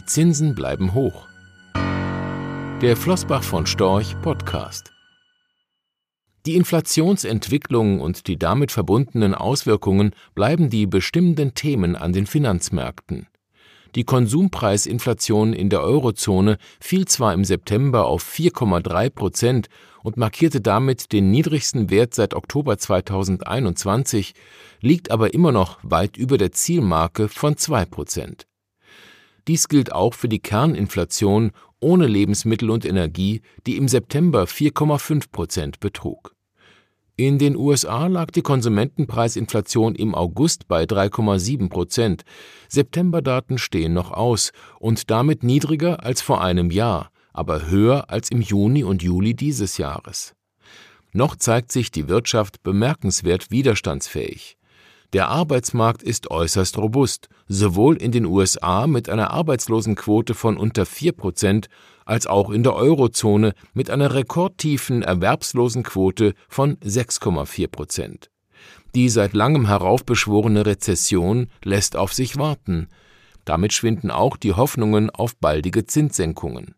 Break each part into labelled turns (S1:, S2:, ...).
S1: Zinsen bleiben hoch. Der Flossbach von Storch Podcast. Die Inflationsentwicklung und die damit verbundenen Auswirkungen bleiben die bestimmenden Themen an den Finanzmärkten. Die Konsumpreisinflation in der Eurozone fiel zwar im September auf 4,3% und markierte damit den niedrigsten Wert seit Oktober 2021, liegt aber immer noch weit über der Zielmarke von 2%. Dies gilt auch für die Kerninflation ohne Lebensmittel und Energie, die im September 4,5% betrug. In den USA lag die Konsumentenpreisinflation im August bei 3,7%. Septemberdaten stehen noch aus und damit niedriger als vor einem Jahr, aber höher als im Juni und Juli dieses Jahres. Noch zeigt sich die Wirtschaft bemerkenswert widerstandsfähig. Der Arbeitsmarkt ist äußerst robust, sowohl in den USA mit einer Arbeitslosenquote von unter 4%, als auch in der Eurozone mit einer rekordtiefen Erwerbslosenquote von 6,4%. Die seit langem heraufbeschworene Rezession lässt auf sich warten. Damit schwinden auch die Hoffnungen auf baldige Zinssenkungen.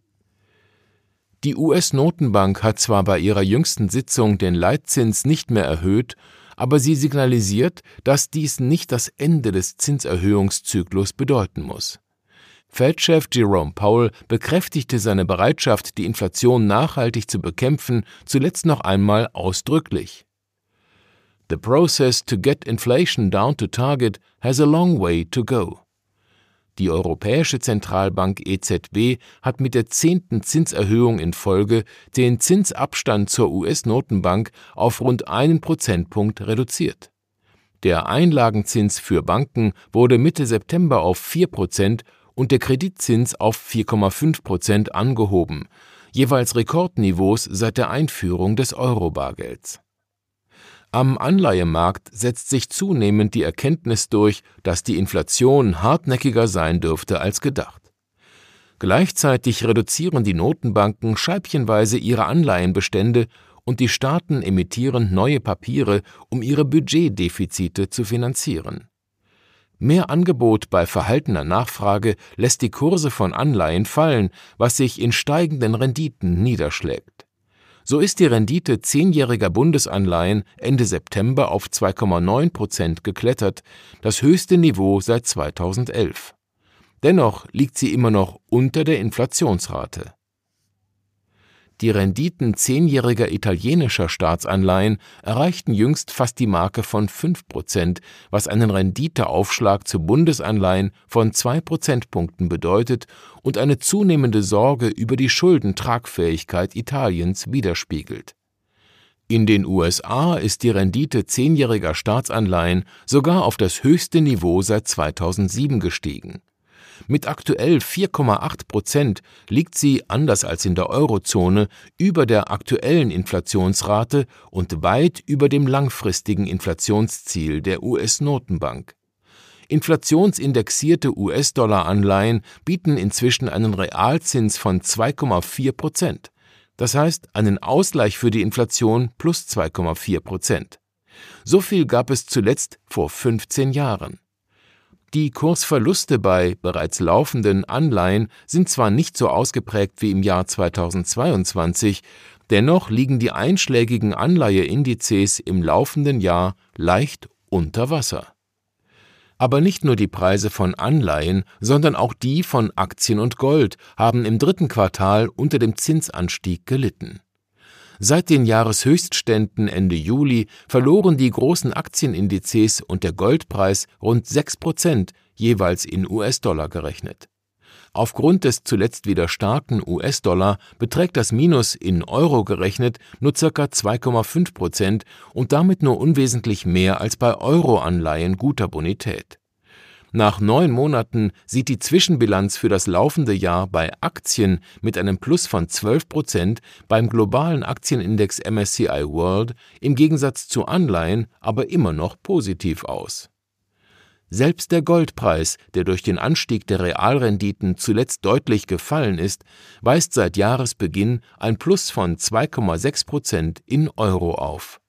S1: Die US-Notenbank hat zwar bei ihrer jüngsten Sitzung den Leitzins nicht mehr erhöht, aber sie signalisiert, dass dies nicht das Ende des Zinserhöhungszyklus bedeuten muss. Fed-Chef Jerome Powell bekräftigte seine Bereitschaft, die Inflation nachhaltig zu bekämpfen, zuletzt noch einmal ausdrücklich. The process to get inflation down to target has a long way to go. Die Europäische Zentralbank EZB hat mit der 10. Zinserhöhung in Folge den Zinsabstand zur US-Notenbank auf rund 1 Prozentpunkt reduziert. Der Einlagenzins für Banken wurde Mitte September auf 4% und der Kreditzins auf 4,5% angehoben, jeweils Rekordniveaus seit der Einführung des Euro-Bargelds. Am Anleihemarkt setzt sich zunehmend die Erkenntnis durch, dass die Inflation hartnäckiger sein dürfte als gedacht. Gleichzeitig reduzieren die Notenbanken scheibchenweise ihre Anleihenbestände und die Staaten emittieren neue Papiere, um ihre Budgetdefizite zu finanzieren. Mehr Angebot bei verhaltener Nachfrage lässt die Kurse von Anleihen fallen, was sich in steigenden Renditen niederschlägt. So ist die Rendite 10-jähriger Bundesanleihen Ende September auf 2,9% geklettert, das höchste Niveau seit 2011. Dennoch liegt sie immer noch unter der Inflationsrate. Die Renditen 10-jähriger italienischer Staatsanleihen erreichten jüngst fast die Marke von 5%, was einen Renditeaufschlag zu Bundesanleihen von 2 Prozentpunkten bedeutet und eine zunehmende Sorge über die Schuldentragfähigkeit Italiens widerspiegelt. In den USA ist die Rendite 10-jähriger Staatsanleihen sogar auf das höchste Niveau seit 2007 gestiegen. Mit aktuell 4,8% liegt sie, anders als in der Eurozone, über der aktuellen Inflationsrate und weit über dem langfristigen Inflationsziel der US-Notenbank. Inflationsindexierte US-Dollar-Anleihen bieten inzwischen einen Realzins von 2,4%, das heißt einen Ausgleich für die Inflation plus 2,4%. So viel gab es zuletzt vor 15 Jahren. Die Kursverluste bei bereits laufenden Anleihen sind zwar nicht so ausgeprägt wie im Jahr 2022, dennoch liegen die einschlägigen Anleiheindizes im laufenden Jahr leicht unter Wasser. Aber nicht nur die Preise von Anleihen, sondern auch die von Aktien und Gold haben im 3. Quartal unter dem Zinsanstieg gelitten. Seit den Jahreshöchstständen Ende Juli verloren die großen Aktienindizes und der Goldpreis rund 6%, jeweils in US-Dollar gerechnet. Aufgrund des zuletzt wieder starken US-Dollar beträgt das Minus in Euro gerechnet nur ca. 2,5% und damit nur unwesentlich mehr als bei Euro-Anleihen guter Bonität. Nach 9 Monaten sieht die Zwischenbilanz für das laufende Jahr bei Aktien mit einem Plus von 12% beim globalen Aktienindex MSCI World im Gegensatz zu Anleihen aber immer noch positiv aus. Selbst der Goldpreis, der durch den Anstieg der Realrenditen zuletzt deutlich gefallen ist, weist seit Jahresbeginn ein Plus von 2,6% in Euro auf.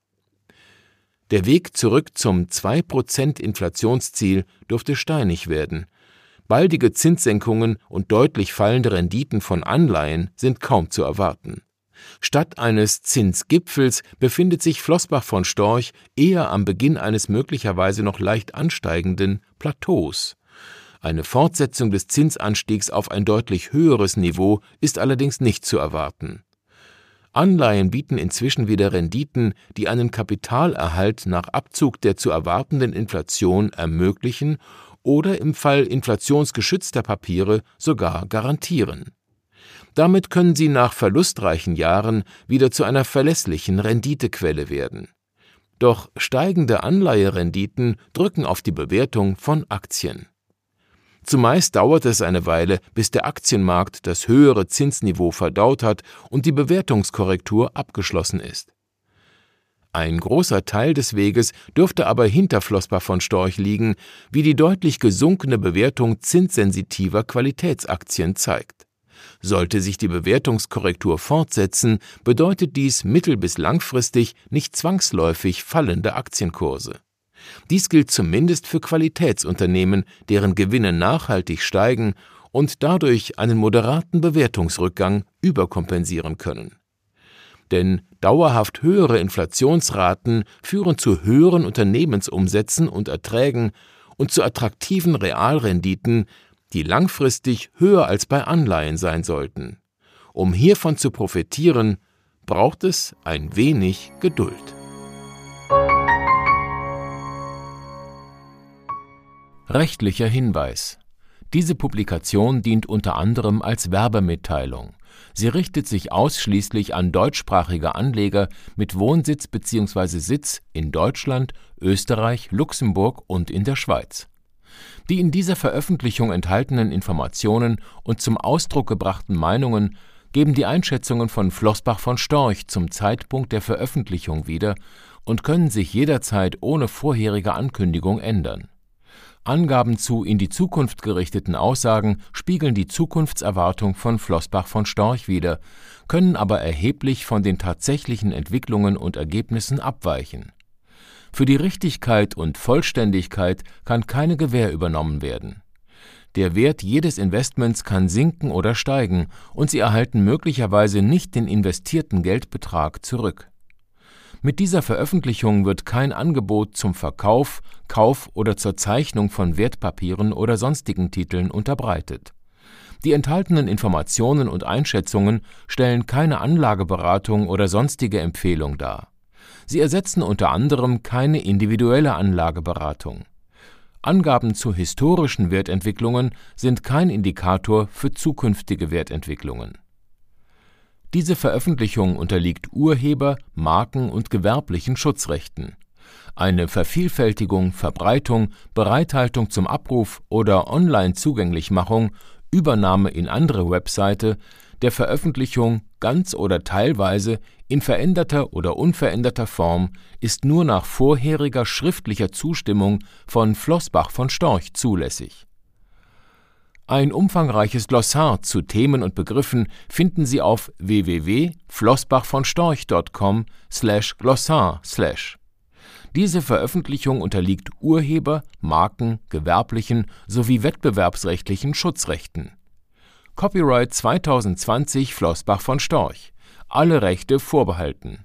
S1: Der Weg zurück zum 2% Inflationsziel dürfte steinig werden. Baldige Zinssenkungen und deutlich fallende Renditen von Anleihen sind kaum zu erwarten. Statt eines Zinsgipfels befindet sich Flossbach von Storch eher am Beginn eines möglicherweise noch leicht ansteigenden Plateaus. Eine Fortsetzung des Zinsanstiegs auf ein deutlich höheres Niveau ist allerdings nicht zu erwarten. Anleihen bieten inzwischen wieder Renditen, die einen Kapitalerhalt nach Abzug der zu erwartenden Inflation ermöglichen oder im Fall inflationsgeschützter Papiere sogar garantieren. Damit können sie nach verlustreichen Jahren wieder zu einer verlässlichen Renditequelle werden. Doch steigende Anleiherenditen drücken auf die Bewertung von Aktien. Zumeist dauert es eine Weile, bis der Aktienmarkt das höhere Zinsniveau verdaut hat und die Bewertungskorrektur abgeschlossen ist. Ein großer Teil des Weges dürfte aber hinter Flossbach von Storch liegen, wie die deutlich gesunkene Bewertung zinssensitiver Qualitätsaktien zeigt. Sollte sich die Bewertungskorrektur fortsetzen, bedeutet dies mittel- bis langfristig nicht zwangsläufig fallende Aktienkurse. Dies gilt zumindest für Qualitätsunternehmen, deren Gewinne nachhaltig steigen und dadurch einen moderaten Bewertungsrückgang überkompensieren können. Denn dauerhaft höhere Inflationsraten führen zu höheren Unternehmensumsätzen und Erträgen und zu attraktiven Realrenditen, die langfristig höher als bei Anleihen sein sollten. Um hiervon zu profitieren, braucht es ein wenig Geduld. Rechtlicher Hinweis: Diese Publikation dient unter anderem als Werbemitteilung. Sie richtet sich ausschließlich an deutschsprachige Anleger mit Wohnsitz bzw. Sitz in Deutschland, Österreich, Luxemburg und in der Schweiz. Die in dieser Veröffentlichung enthaltenen Informationen und zum Ausdruck gebrachten Meinungen geben die Einschätzungen von Flossbach von Storch zum Zeitpunkt der Veröffentlichung wieder und können sich jederzeit ohne vorherige Ankündigung ändern. Angaben zu in die Zukunft gerichteten Aussagen spiegeln die Zukunftserwartung von Flossbach von Storch wider, können aber erheblich von den tatsächlichen Entwicklungen und Ergebnissen abweichen. Für die Richtigkeit und Vollständigkeit kann keine Gewähr übernommen werden. Der Wert jedes Investments kann sinken oder steigen und Sie erhalten möglicherweise nicht den investierten Geldbetrag zurück. Mit dieser Veröffentlichung wird kein Angebot zum Verkauf, Kauf oder zur Zeichnung von Wertpapieren oder sonstigen Titeln unterbreitet. Die enthaltenen Informationen und Einschätzungen stellen keine Anlageberatung oder sonstige Empfehlung dar. Sie ersetzen unter anderem keine individuelle Anlageberatung. Angaben zu historischen Wertentwicklungen sind kein Indikator für zukünftige Wertentwicklungen. Diese Veröffentlichung unterliegt Urheber-, Marken- und gewerblichen Schutzrechten. Eine Vervielfältigung, Verbreitung, Bereithaltung zum Abruf oder Online-Zugänglichmachung, Übernahme in andere Webseite, der Veröffentlichung ganz oder teilweise in veränderter oder unveränderter Form ist nur nach vorheriger schriftlicher Zustimmung von Flossbach von Storch zulässig. Ein umfangreiches Glossar zu Themen und Begriffen finden Sie auf www.flossbachvonstorch.com/glossar/. Diese Veröffentlichung unterliegt Urheber-, Marken-, gewerblichen sowie wettbewerbsrechtlichen Schutzrechten. Copyright 2020 Flossbach von Storch. Alle Rechte vorbehalten.